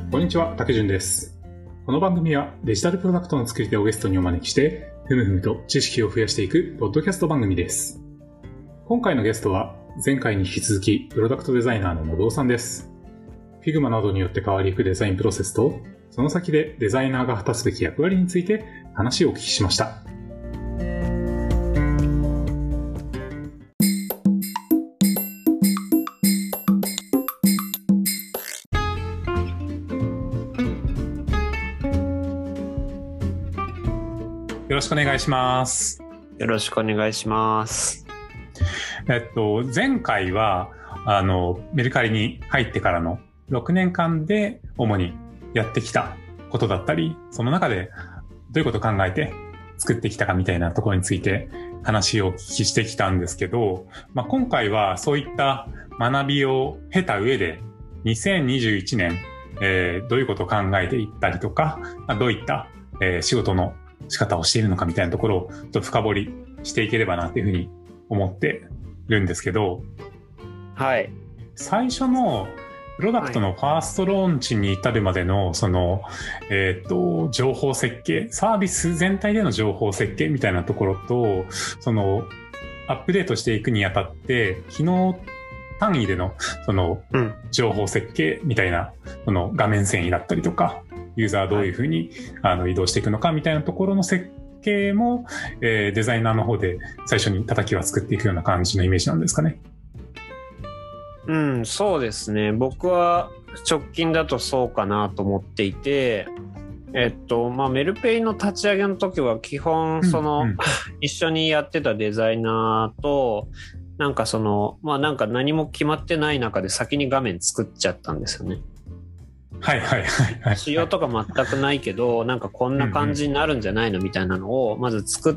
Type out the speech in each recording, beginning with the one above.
こんにちは、竹潤です。この番組はデジタルプロダクトの作り手をゲストにお招きして、ふむふむと知識を増やしていくポッドキャスト番組です。今回のゲストは、前回に引き続きプロダクトデザイナーの信夫さんです。Figma などによって変わりゆくデザインプロセスと、その先でデザイナーが果たすべき役割について話をお聞きしました。よろしくお願いします。 よろしくお願いします。 前回はメルカリに入ってからの6年間で主にやってきたことだったり、その中でどういうことを考えて作ってきたかみたいなところについて話をお聞きしてきたんですけど、今回はそういった学びを経た上で2021年、どういうことを考えていったりとか、どういった、仕事の仕方をしているのかみたいなところをちょっと深掘りしていければなというふうに思ってるんですけど、 はい。 最初のプロダクトのファーストローンチに至るまでのその、情報設計、サービス全体での情報設計みたいなところと、そのアップデートしていくにあたって機能単位でのその情報設計みたいな、その画面遷移だったりとか、ユーザーどういうふうに移動していくのかみたいなところの設計も、デザイナーの方で最初に叩きは作っていくような感じのイメージなんですかね。 そうですね。僕は直近だとそうかなと思っていて、メルペイの立ち上げの時は基本一緒にやってたデザイナーとなんか何も決まってない中で先に画面作っちゃったんですよね。 はいはいはいはい。 仕様とか全くないけど、なんかこんな感じになるんじゃないのみたいなのをまず作って、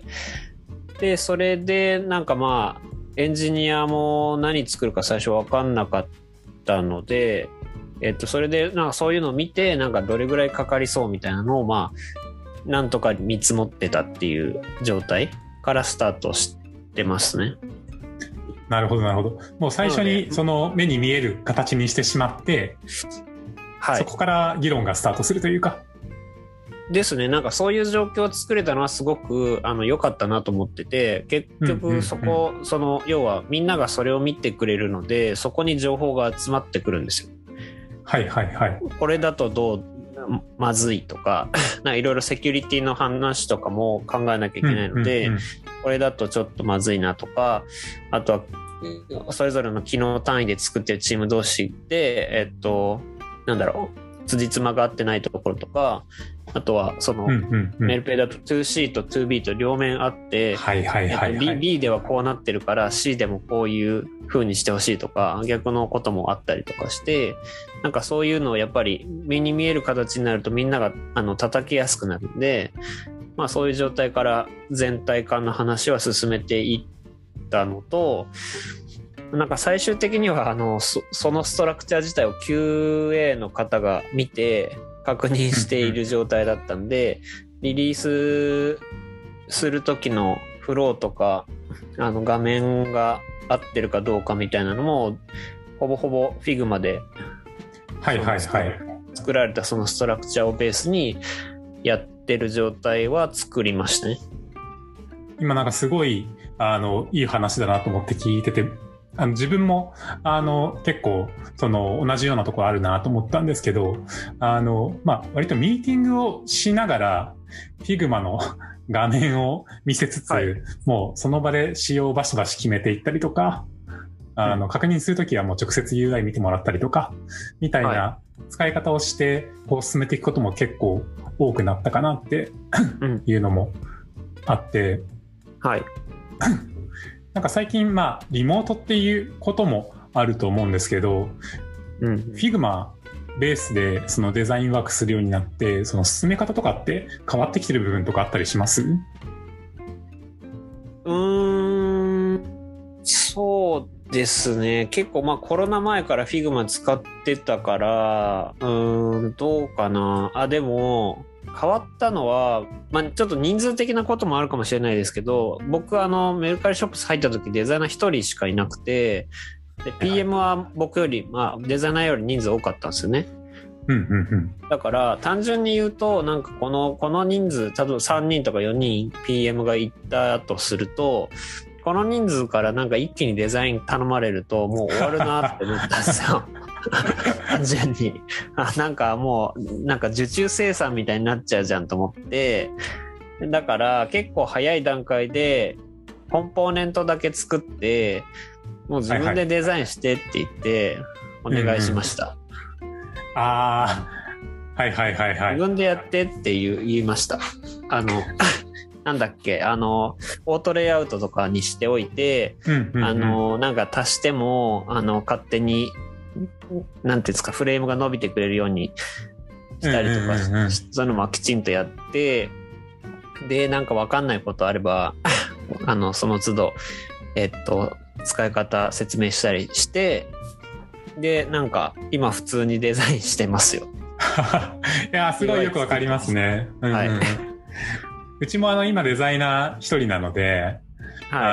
でそれでなんかエンジニアも何作るか最初分かんなかったので、それでなんかそういうのを見て、なんかどれぐらいかかりそうみたいなのをなんとか見積もってたっていう状態からスタートしてますね。 なるほどなるほど。もう最初にその目に見える形にしてしまって、はい、そこから議論がスタートするというかですね。なんかそういう状況を作れたのはすごく良かったなと思ってて、結局要はみんながそれを見てくれるので、そこに情報が集まってくるんですよ。 はいはいはい。 これだとどうまずいとか、いろいろセキュリティの話とかも考えなきゃいけないので、これだとちょっとまずいなとか、あとはそれぞれの機能単位で作ってるチーム同士で辻褄が合ってないところとか、あとはメルペイだと 2C と 2B と両面あって、B ではこうなってるから C でもこういう風にしてほしいとか、逆のこともあったりとかして、なんかそういうのをやっぱり目に見える形になるとみんなが叩きやすくなるんで、そういう状態から全体間の話は進めていったのと、なんか最終的にはそのストラクチャー自体を QA の方が見て確認している状態だったんで、リリースする時のフローとか画面が合ってるかどうかみたいなのもほぼほぼ Figma で作られたそのストラクチャーをベースにやってる状態は作りましたね。 今なんかすごいいい話だなと思って聞いてて、自分も結構同じようなところあるなと思ったんですけど、割とミーティングをしながら Figma の画面を見せつつ、もうその場で仕様をバシバシ決めていったりとか、確認するときはもう直接 UI 見てもらったりとかみたいな使い方をしてこう進めていくことも結構多くなったかなっていうのもあって、なんか最近リモートっていうこともあると思うんですけど、Figma ベースでそのデザインワークするようになって、その進め方とかって変わってきてる部分とかあったりします？ そうですね。結構コロナ前から Figma 使ってたから、どうかな。でも変わったのは、ちょっと人数的なこともあるかもしれないですけど、僕メルカリショップス入った時デザイナー1人しかいなくて、で PM は僕より、デザイナーより人数多かったんですよね。 うんうんうん。 だから単純に言うとなんかこの人数、例えば3人とか4人 PM がいたとすると、この人数からなんか一気にデザイン頼まれるともう終わるなって思ったんですよ。単純になんかもうなんか受注生産みたいになっちゃうじゃんと思って、だから結構早い段階でコンポーネントだけ作ってもう自分でデザインしてって言ってお願いしました。 ああ、はいはいはいはい。 自分でやってって言いました。なんだっけ、オートレイアウトとかにしておいて、なんか足しても勝手になんていうんですか、フレームが伸びてくれるようにしたりとか、そういうのもきちんとやって、でなんか分かんないことあればその都度使い方説明したりして、でなんか今普通にデザインしてますよ。 いやすごいよくわかりますね。はい、うちも今デザイナー一人なので、はい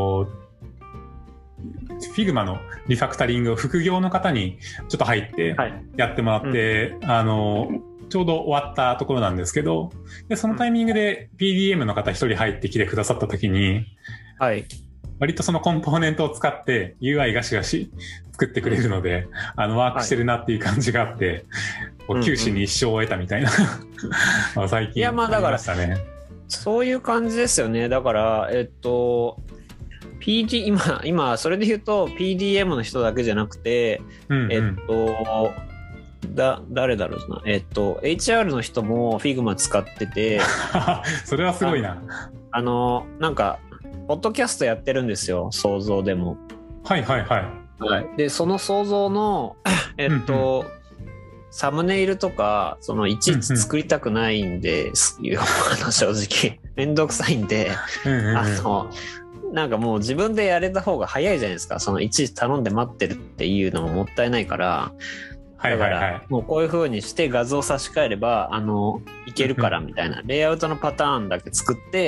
、Figma のリファクタリングを副業の方にちょっと入ってやってもらって、ちょうど終わったところなんですけど、でそのタイミングで PDM の方一人入ってきてくださった時に、はい、割とそのコンポーネントを使って UI ガシガシ作ってくれるので、ワークしてるなっていう感じがあって、九死に一生を得たみたいな最近ありましたね。 そういう感じですよね。だから今それで言うと PDM の人だけじゃなくて、誰だろうな、HR の人も Figma 使っててそれはすごいな。 なんかポッドキャストやってるんですよ、想像でも。 はいはいはい、 はい、でその想像のサムネイルとかいちいち作りたくないんですよ、正直めんどくさいんで、なんかもう自分でやれた方が早いじゃないですか。いちいち頼んで待ってるっていうのももったいないから、だからもうこういう風にして画像差し替えればいけるからみたいなレイアウトのパターンだけ作って、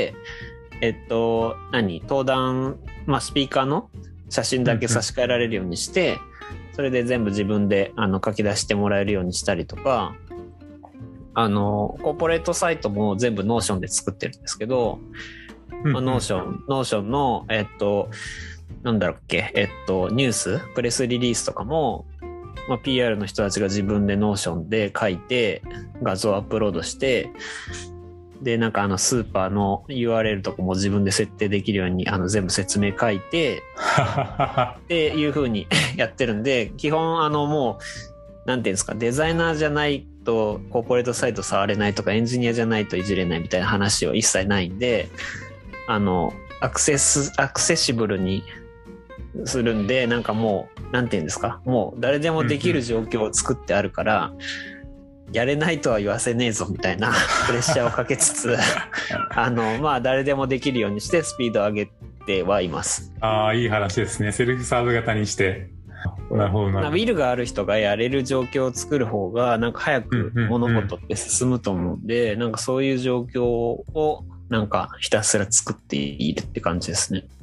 登壇、スピーカーの写真だけ差し替えられるようにして、それで全部自分で書き出してもらえるようにしたりとか、コーポレートサイトも全部 Notion で作ってるんですけど、Notion のなんだろうっけ、ニュースプレスリリースとかも、PR の人たちが自分で Notion で書いて画像アップロードして、でなんかスーパーの URL とかも自分で設定できるように全部説明書いてっていう風にやってるんで、基本もうなんていうんですか、デザイナーじゃないとコーポレートサイト触れないとかエンジニアじゃないといじれないみたいな話は一切ないんで、アクセシブルにするんで、なんかもうなんていうんですか、もう誰でもできる状況を作ってあるから、やれないとは言わせねえぞみたいなプレッシャーをかけつつ誰でもできるようにしてスピードを上げてはいます。 いい話ですね。セルフサーブ型にして。なるほどな。 ウィルがある人がやれる状況を作る方がなんか早く物事って進むと思うんで、なんかそういう状況をなんかひたすら作っているって感じですね。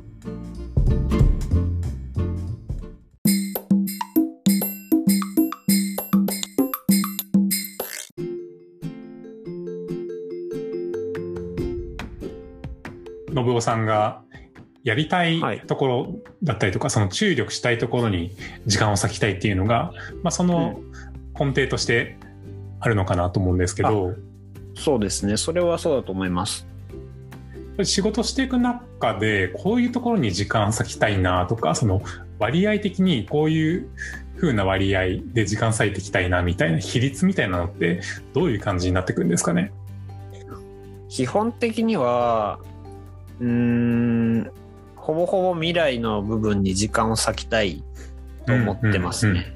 信夫さんがやりたいところだったりとか、その注力したいところに時間を割きたいっていうのが、その根底としてあるのかなと思うんですけど。 そうですね、それはそうだと思います。 仕事していく中でこういうところに時間割きたいなとか、その割合的にこういう風な割合で時間割いていきたいなみたいな比率みたいなのってどういう感じになってくるんですかね。 基本的にはほぼほぼ未来の部分に時間を割きたいと思ってますね。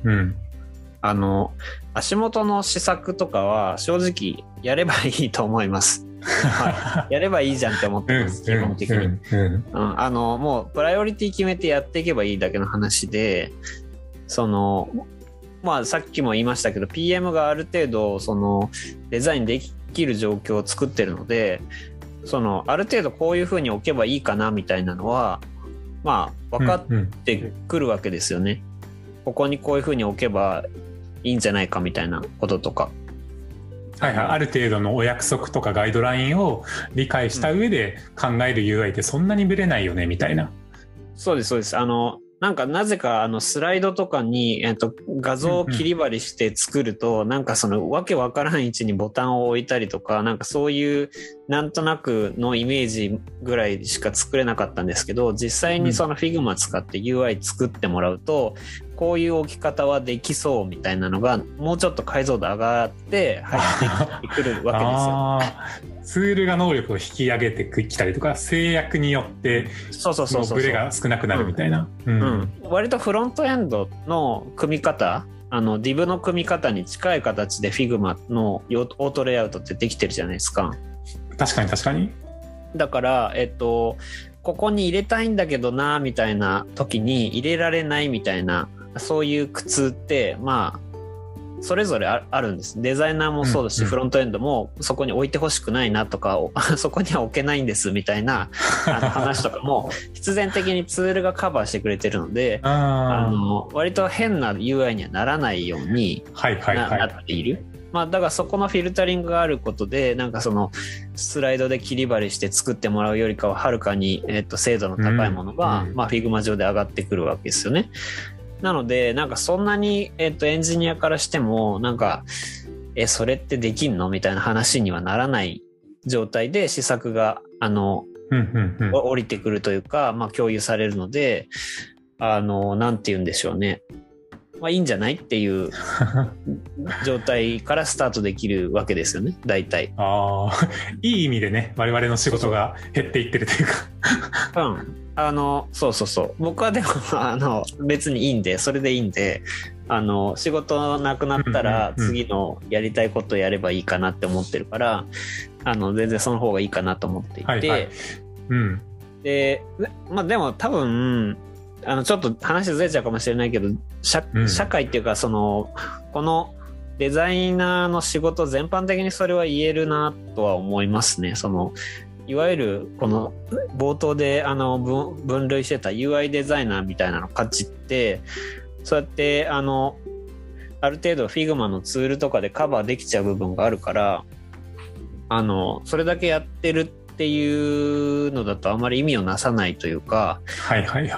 足元の施策とかは正直やればいいと思います。はい、やればいいじゃんって思ってます。基本的に、もうプライオリティ決めてやっていけばいいだけの話で、さっきも言いましたけど PM がある程度デザインできる状況を作ってるので、ある程度こういう風に置けばいいかなみたいなのは分かってくるわけですよね。ここにこういう風に置けばいいんじゃないかみたいなこととか。 はいはい、ある程度のお約束とかガイドラインを理解した上で考える UI ってそんなにブレないよねみたいな。 そうですそうです。なんかなぜかスライドとかに、画像を切り張りして作ると、なんかそのわけわからん位置にボタンを置いたりとか、なんかそういうなんとなくのイメージぐらいしか作れなかったんですけど、実際にその Figma 使って UI 作ってもらうと、こういう置き方はできそうみたいなのがもうちょっと解像度上がって入ってくるわけですよ。 ツールが能力を引き上げてきたりとか、制約によってブレが少なくなるみたいな。 割とフロントエンドの組み方、div の組み方に近い形で Figma のオートレイアウトってできてるじゃないですか。 確かに確かに。 だからここに入れたいんだけどなみたいな時に入れられないみたいな、そういう苦痛ってまあそれぞれあるんです。デザイナーもそうだし、フロントエンドもそこに置いてほしくないなとか、そこには置けないんですみたいな話とかも必然的にツールがカバーしてくれてるので、割と変な UI にはならないようになっている。まあだからそこのフィルタリングがあることで、なんかそのスライドで切り張りして作ってもらうよりかははるかに精度の高いものがまあ Figma 上で上がってくるわけですよね。なのでなんかそんなにエンジニアからしてもなんかそれってできんのみたいな話にはならない状態で施策が降りてくるというか、まあ共有されるのでなんて言うんでしょうね。まあいいんじゃないっていう状態からスタートできるわけですよね、大体。 いい意味でね、我々の仕事が減っていってるというか。 そうそうそう。僕はでも別にいいんで、それでいいんで、仕事なくなったら次のやりたいことやればいいかなって思ってるから、全然その方がいいかなと思っていて、で、まあでも多分ちょっと話ずれちゃうかもしれないけど、社会っていうかこのデザイナーの仕事全般的にそれは言えるなとは思いますね。いわゆるこの冒頭で分類してた UI デザイナーみたいなの価値って、そうやってある程度 Figma のツールとかでカバーできちゃう部分があるから、それだけやってるっていうのだとあまり意味をなさないというか、じゃあ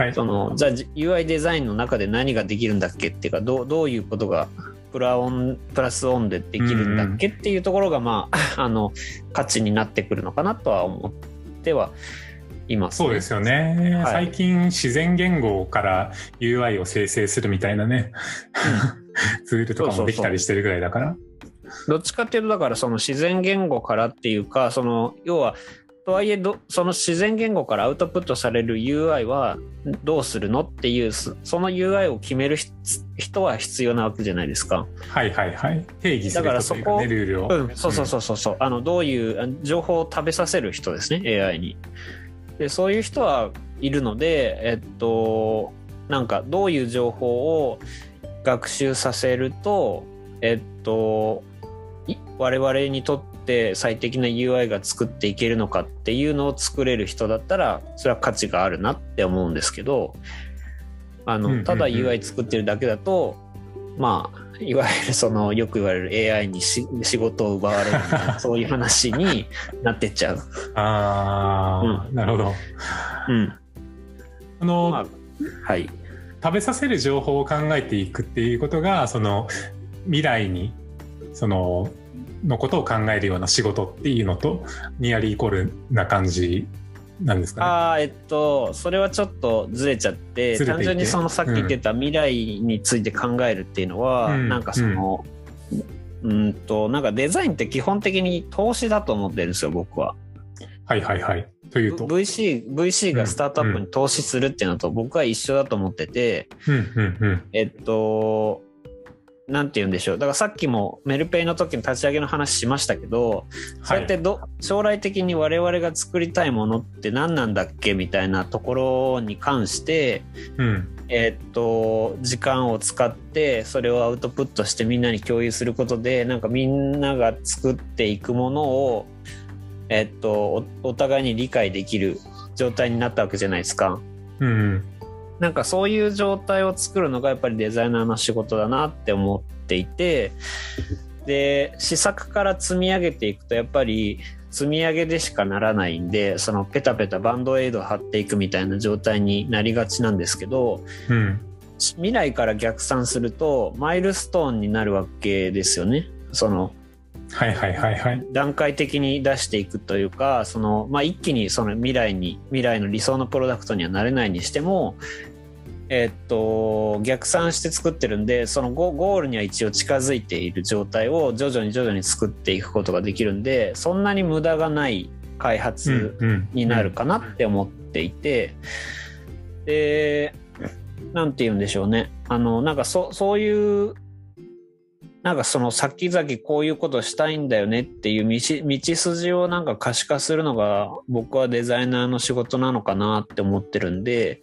UI デザインの中で何ができるんだっけっていうか、どういうことがプラスオンでできるんだっけっていうところがまあ価値になってくるのかなとは思ってはいます、ね。そうですよね、最近自然言語から UI を生成するみたいなね、ツールとかもできたりしてるぐらいだから、 どっちかっていうとだからその自然言語からっていうか、要はとはいえその自然言語からアウトプットされる UI はどうするのっていう、その UI を決める人は必要なわけじゃないですか。 はいはいはい。定義する人というかね、ルールを。 そう。どういう情報を食べさせる人ですね、AI に。で、そういう人はいるので、なんかどういう情報を学習させると、我々にとって最適な UI が作っていけるのかっていうのを作れる人だったらそれは価値があるなって思うんですけど、ただ UI 作ってるだけだと、まあいわゆるよく言われる AI に仕事を奪われるみたいなそういう話になってっちゃう。 なるほど。 はい。 食べさせる情報を考えていくっていうことが未来にのことを考えるような仕事っていうのとニアリーイコールな感じなんですかね。 それはちょっとずれちゃって、単純にさっき言ってた未来について考えるっていうのは、なんかなんかデザインって基本的に投資だと思ってるんですよ、僕は。 はいはいはい。というと VC がスタートアップに投資するっていうのと僕は一緒だと思ってて、なんて言うんでしょう。だからさっきもメルペイの時の立ち上げの話しましたけど、そうやって将来的に我々が作りたいものって何なんだっけみたいなところに関して、時間を使ってそれをアウトプットしてみんなに共有することで、なんかみんなが作っていくものを、お互いに理解できる状態になったわけじゃないですか。 なんかそういう状態を作るのがやっぱりデザイナーの仕事だなって思っていて、で試作から積み上げていくとやっぱり積み上げでしかならないんで、そのペタペタバンドエイドを貼っていくみたいな状態になりがちなんですけど、 うん、 未来から逆算するとマイルストーンになるわけですよね。そのはいはいはいはい。 段階的に出していくというか、その、まあ、一気にその未来の理想のプロダクトにはなれないにしても、逆算して作ってるんで、そのゴールには一応近づいている状態を徐々に作っていくことができるんで、そんなに無駄がない開発になるかなって思っていて、で、なんて言うんでしょうね。なんかそういう、なんかその先々こういうことしたいんだよねっていう道筋をなんか可視化するのが僕はデザイナーの仕事なのかなって思ってるんで、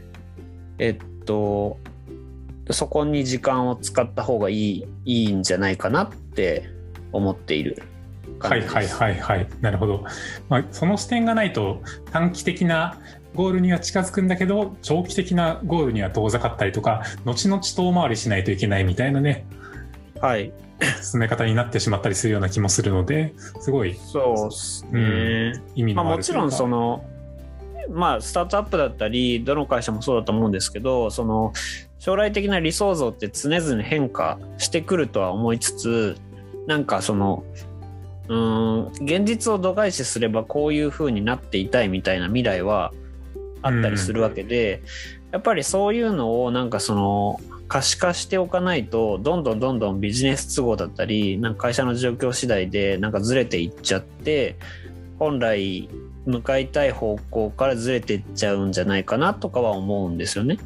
そこに時間を使った方がいいんじゃないかなって思っている感じです。 はいはいはいはい。なるほど。まあ、その視点がないと短期的なゴールには近づくんだけど、長期的なゴールには遠ざかったりとか、後々遠回りしないといけないみたいなね、 はい、 進め方になってしまったりするような気もするので、すごい、 そうですね。 意味のあるというか。 もちろんその、まあ、スタートアップだったりどの会社もそうだと思うんですけど、その将来的な理想像って常々変化してくるとは思いつつ、なんかその現実を度外視すればこういう風になっていたいみたいな未来はあったりするわけで、やっぱりそういうのをなんかその可視化しておかないと、どんどんビジネス都合だったりなんか会社の状況次第でなんかずれていっちゃって、本来向かいたい方向からずれていっちゃうんじゃないかなとかは思うんですよね。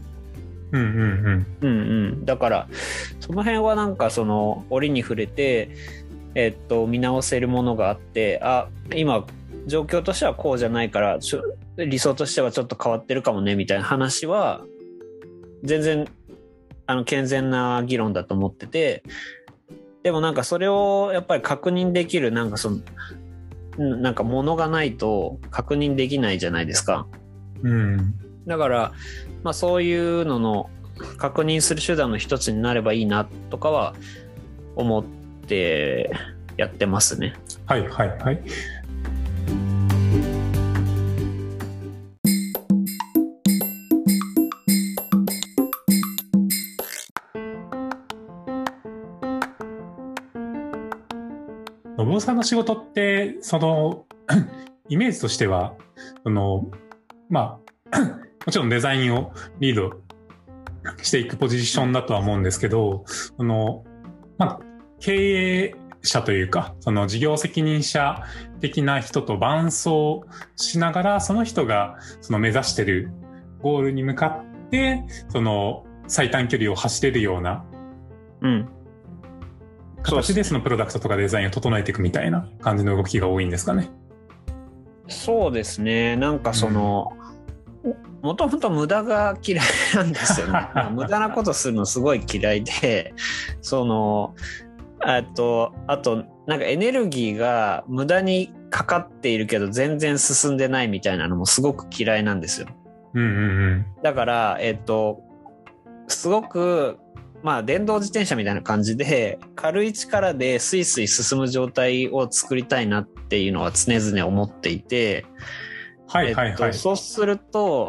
だからその辺はなんかその折に触れて、見直せるものがあって、今状況としてはこうじゃないから理想としてはちょっと変わってるかもねみたいな話は全然健全な議論だと思ってて、でもなんかそれをやっぱり確認できるなんかそのなんかものがないと確認できないじゃないですか。だから、まあ、そういうのの確認する手段の一つになればいいなとかは思ってやってますね。 はいはいはい。信夫さんの仕事ってそのイメージとしてはまあもちろんデザインをリードしていくポジションだとは思うんですけど、まあ、経営者というかその事業責任者的な人と伴走しながら、その人がその目指しているゴールに向かってその最短距離を走れるような形でそのプロダクトとかデザインを整えていくみたいな感じの動きが多いんですかね。 そうですね。なんかその、もともと無駄が嫌いなんですよね。無駄なことするのすごい嫌いで、そのあとなんかエネルギーが無駄にかかっているけど全然進んでないみたいなのもすごく嫌いなんですよ。だからすごくまあ電動自転車みたいな感じで軽い力でスイスイ進む状態を作りたいなっていうのは常々思っていて、そうすると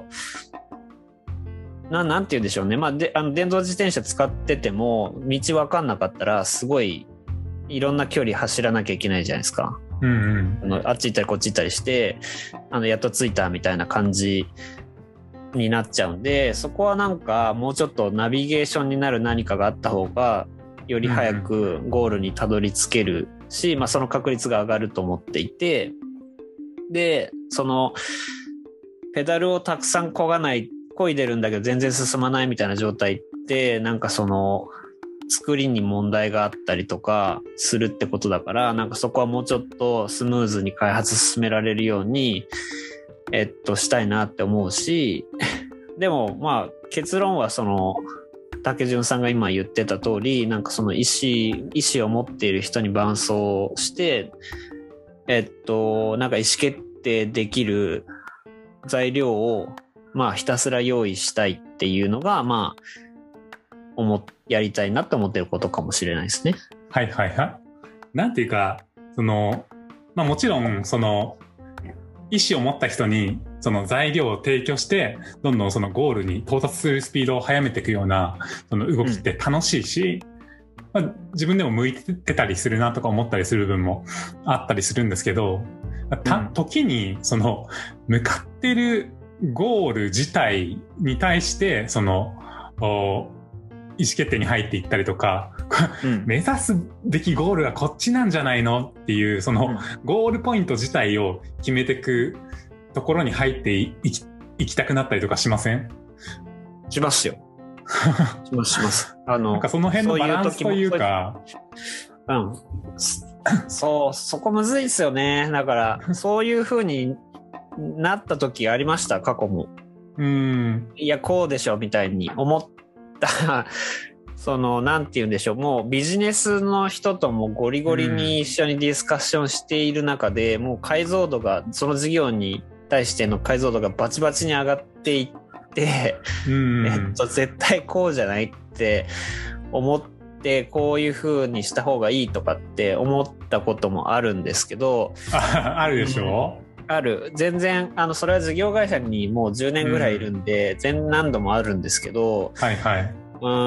なんて言うんでしょうね。まあ電動自転車使ってても道分かんなかったらすごいいろんな距離走らなきゃいけないじゃないですか。あっち行ったりこっち行ったりしてやっと着いたみたいな感じになっちゃうんで、そこはなんかもうちょっとナビゲーションになる何かがあった方がより早くゴールにたどり着けるし、まあ、その確率が上がると思っていて、でそのペダルをたくさん漕いでるんだけど全然進まないみたいな状態ってなんかその作りに問題があったりとかするってことだから、なんかそこはもうちょっとスムーズに開発進められるようにしたいなって思うし、でもまあ結論はその竹潤さんが今言ってた通り、なんかその意思を持っている人に伴走してなんか意思決定できる材料をまあひたすら用意したいっていうのが、まあ、やりたいなって思ってることかもしれないですね。 はいはいはい。なんていうか、まあもちろん、意思を持った人に、その材料を提供して、どんどんそのゴールに到達するスピードを速めていくような、その動きって楽しいし、まあ、自分でも向いてたりするなとか思ったりする部分もあったりするんですけど、時に、向かってるゴール自体に対して、意思決定に入っていったりとか、目指すべきゴールがこっちなんじゃないのっていう、ゴールポイント自体を決めていくところに入っていきたくなったりとかしません？ しますよ。します。 なんかその辺のバランスというか。 そこむずいですよね。だから、そういう風になった時ありました、過去も。いや、こうでしょ、みたいに思ったなんて言うんでしょう、もうビジネスの人ともゴリゴリに一緒にディスカッションしている中で、もう解像度が、その事業に対しての解像度がバチバチに上がっていって、絶対こうじゃないって思って、こういう風にした方がいいとかって思ったこともあるんですけど。 あるでしょ？ ある。全然、それは事業会社にもう10年ぐらいいるんで、何度もあるんですけど、 はいはい。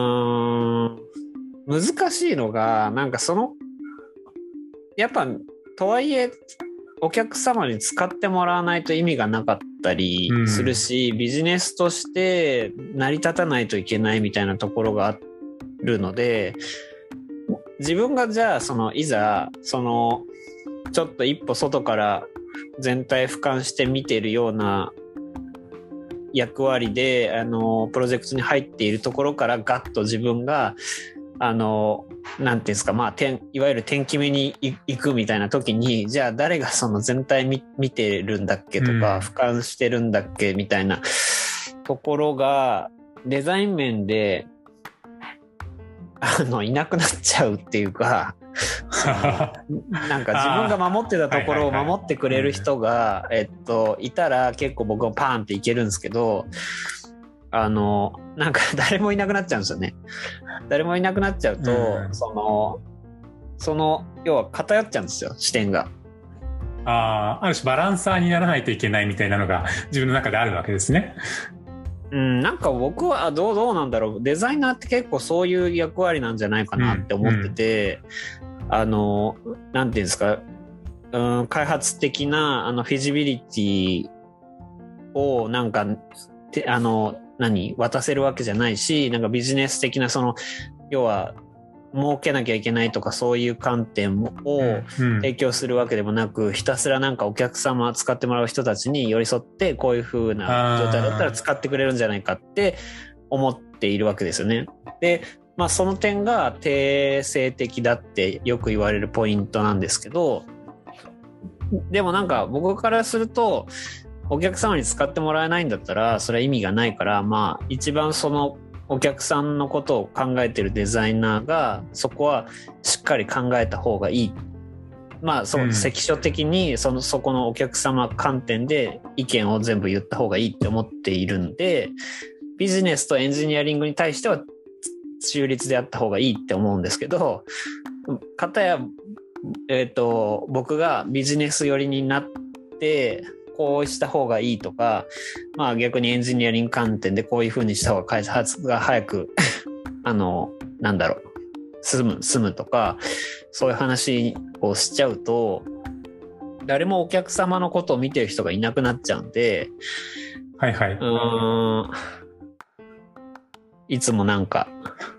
難しいのが、なんかやっぱ、とはいえ、お客様に使ってもらわないと意味がなかったりするし、ビジネスとして成り立たないといけないみたいなところがあるので、自分がじゃあ、いざ、ちょっと一歩外から全体俯瞰して見ているような役割で、プロジェクトに入っているところからガッと自分が、なんていうんですか、まあ、いわゆる点決めに行くみたいな時に、じゃあ誰がその全体見てるんだっけとか、俯瞰してるんだっけみたいなところが、デザイン面で、いなくなっちゃうっていうか、なんか自分が守ってたところを守ってくれる人が、いたら結構僕もパーンっていけるんですけど、なんか誰もいなくなっちゃうんですよね。誰もいなくなっちゃうと、要は偏っちゃうんですよ、視点が。 ある種バランサーにならないといけないみたいなのが自分の中であるわけですね。 なんか僕はどうなんだろう。デザイナーって結構そういう役割なんじゃないかなって思ってて、なんていうんですか、開発的なフィジビリティをなんか渡せるわけじゃないし、なんかビジネス的な要は儲けなきゃいけないとかそういう観点を提供するわけでもなく、ひたすらなんかお客様使ってもらう人たちに寄り添ってこういう風な状態だったら使ってくれるんじゃないかって思っているわけですよね。で、まあその点が定性的だってよく言われるポイントなんですけど、でもなんか僕からするとお客様に使ってもらえないんだったらそれは意味がないから、まあ一番お客さんのことを考えてるデザイナーがそこはしっかり考えた方がいい。まあ関所的にそこのお客様観点で意見を全部言った方がいいって思っているんで、ビジネスとエンジニアリングに対しては中立であった方がいいって思うんですけど、片や僕がビジネス寄りになってこうした方がいいとか、まあ逆にエンジニアリング観点でこういう風にした方が開発が早く済むとか、そういう話をしちゃうと誰もお客様のことを見てる人がいなくなっちゃうんで、 はいはい。 いつもなんか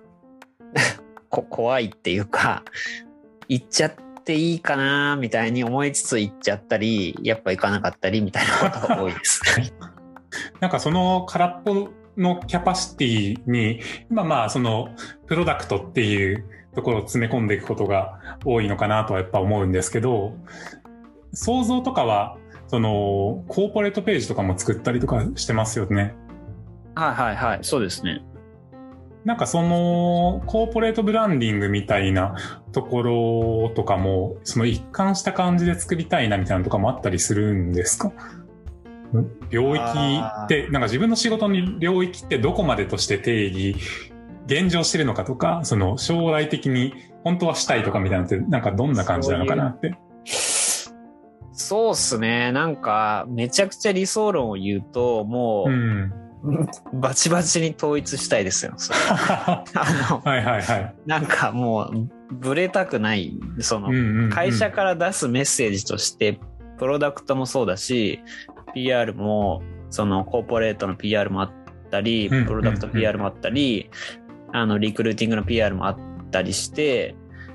怖いっていうか、言っちゃっていいかなみたいに思いつつ言っちゃったり、やっぱ行かなかったりみたいなことが多いですなんかその空っぽのキャパシティに今まあプロダクトっていうところを詰め込んでいくことが多いのかなとはやっぱ思うんですけど、想像とかはコーポレートページとかも作ったりとかしてますよね。 はいはいはい、そうですね。 なんかコーポレートブランディングみたいなところとかも一貫した感じで作りたいなみたいなのとかもあったりするんですか？ 領域ってなんか自分の仕事に領域ってどこまでとして定義現状してるのかとか、その将来的に本当はしたいとかみたいなのってなんかどんな感じなのかなって。 そうっすね。なんかめちゃくちゃ理想論を言うともう、バチバチに統一したいですよ。はいはいはい。なんかもうブレたくない、その会社から出すメッセージとしてプロダクトもそうだし PR もそのコーポレートの PR もあったり、プロダクト PR もあったり、リクルーティングの PR もあったりして、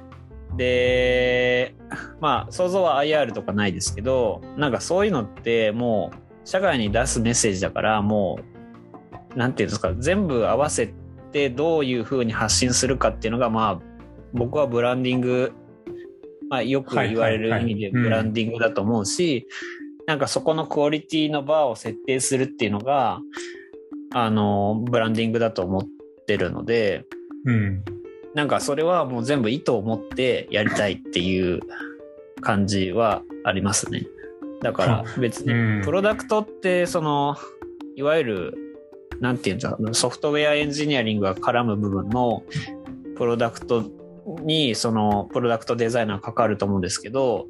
でまあ想像は IR とかないですけど、なんかそういうのってもう社会に出すメッセージだから、もうなんていうんですか、全部合わせてどういう風に発信するかっていうのが、まあ僕はブランディング、まあよく言われる意味でブランディングだと思うし、なんかそこのクオリティのバーを設定するっていうのがブランディングだと思ってるので、なんかそれはもう全部意図を持ってやりたいっていう感じはありますね。だから別にプロダクトってそのいわゆるなんていうんだろう、ソフトウェアエンジニアリングが絡む部分のプロダクトにそのプロダクトデザイナーかかると思うんですけど、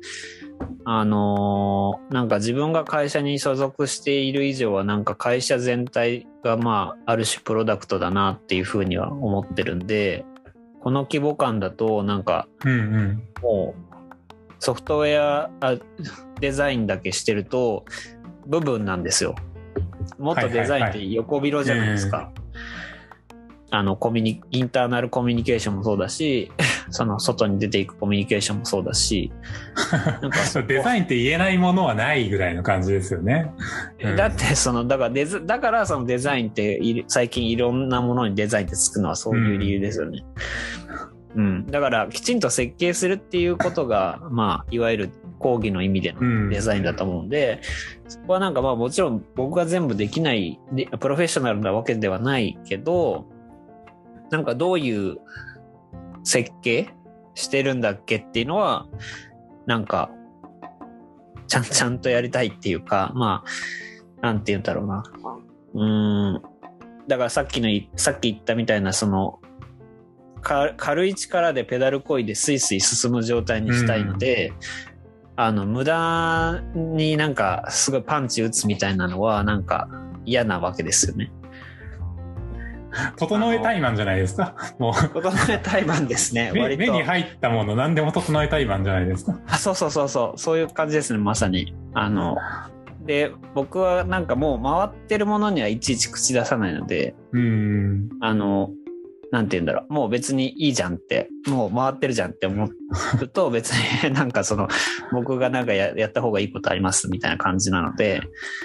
なんか自分が会社に所属している以上はなんか会社全体がまあある種プロダクトだなっていうふうには思ってるんで、この規模感だとなんかもうソフトウェアデザインだけしてると部分なんですよ。もっとデザインって横広じゃないですか。インターナルコミュニケーションもそうだし、その外に出ていくコミュニケーションもそうだし、 なんかデザインって言えないものはないぐらいの感じですよね。 だってだからそのデザインって最近いろんなものにデザインってつくのはそういう理由ですよね。だからきちんと設計するっていうことが、まあいわゆる講義の意味でのデザインだと思うんで、そこはなんかまあもちろん僕が全部できないプロフェッショナルなわけではないけど、なんかどういう設計してるんだっけっていうのはなんかちゃんとやりたいっていうか、まあなんて言うんだろうな、だからさっき言ったみたいなその軽い力でペダル漕いでスイスイ進む状態にしたいので、無駄になんかすごいパンチ打つみたいなのはなんか嫌なわけですよね。 整えタイマンじゃないですか。もう整えタイマンですね。 割と目に入ったもの何でも整えタイマンじゃないですか。 そういう感じですね、まさに。で僕はなんかもう回ってるものにはいちいち口出さないので、なんて言うんだろう、もう別にいいじゃんって、もう回ってるじゃんって思うと別になんかその僕がなんかやった方がいいことありますみたいな感じなので、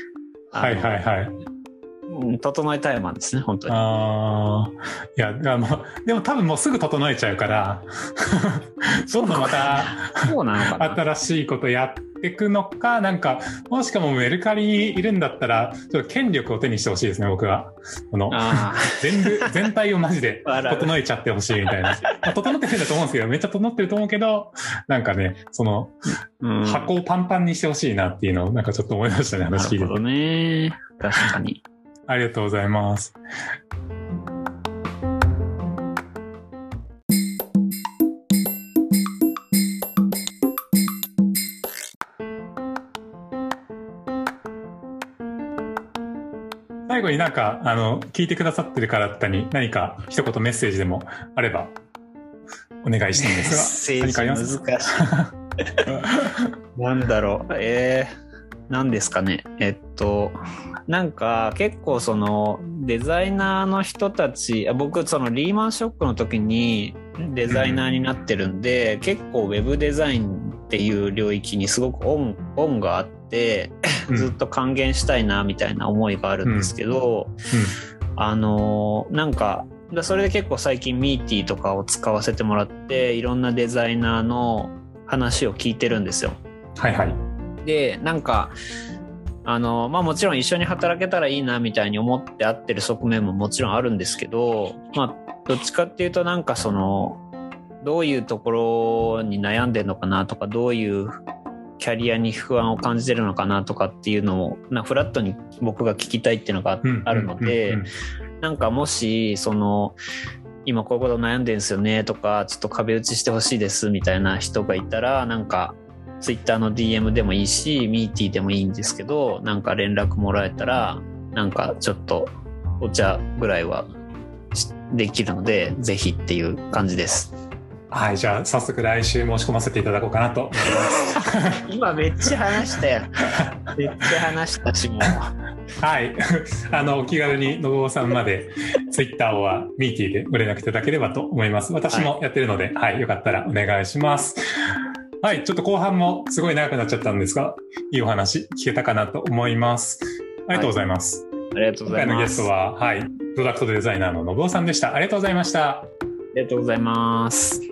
整えタイマンですね、本当に。 いや、でも多分もうすぐ整えちゃうからどんどんまたそうなのかな新しいことやっていくのか、なんかもしかもメルカリにいるんだったらちょっと権力を手にしてほしいですね、僕は。全体をマジで整えちゃってほしいみたいな整ってるんだと思うんですけど、めっちゃ整ってると思うけど、なんかね、その箱をパンパンにしてほしいなっていうのをなんかちょっと思いましたね、話聞いてて。なるほどね、確かに。 ありがとうございます。最後になんか聞いてくださってる方に何か一言メッセージでもあればお願いしたいんですが、 メッセージ難しい。なんだろう、何ですかね。なんか結構そのデザイナーの人たち、僕そのリーマンショックの時にデザイナーになってるんで、結構ウェブデザインっていう領域にすごく恩があってずっと還元したいなみたいな思いがあるんですけど、なんかそれで結構最近ミーティーとかを使わせてもらっていろんなデザイナーの話を聞いてるんですよ。でなんかもちろん一緒に働けたらいいなみたいに思って会ってる側面ももちろんあるんですけど、どっちかっていうとなんかそのどういうところに悩んでるのかなとか、どういうキャリアに不安を感じてるのかなとかっていうのをフラットに僕が聞きたいっていうのがあるので、なんかもし今こういうこと悩んでるんですよねとか、ちょっと壁打ちしてほしいですみたいな人がいたら、なんかツイッターの DM でもいいし、ミーティーでもいいんですけど、なんか連絡もらえたら、なんかちょっとお茶ぐらいはできるので、ぜひっていう感じです。 はい、じゃあ早速来週申し込ませていただこうかなと思います今めっちゃ話したよ。めっちゃ話したし、もうはいお気軽に信夫さんまでツイッターはミーティーでご連絡いただければと思います。私もやってるので、はい、よかったらお願いします。はい、ちょっと後半もすごい長くなっちゃったんですが、いいお話聞けたかなと思います。ありがとうございます。 ありがとうございます。 今回のゲストは、はい、プロダクトデザイナーの信夫さんでした。ありがとうございました。 ありがとうございます。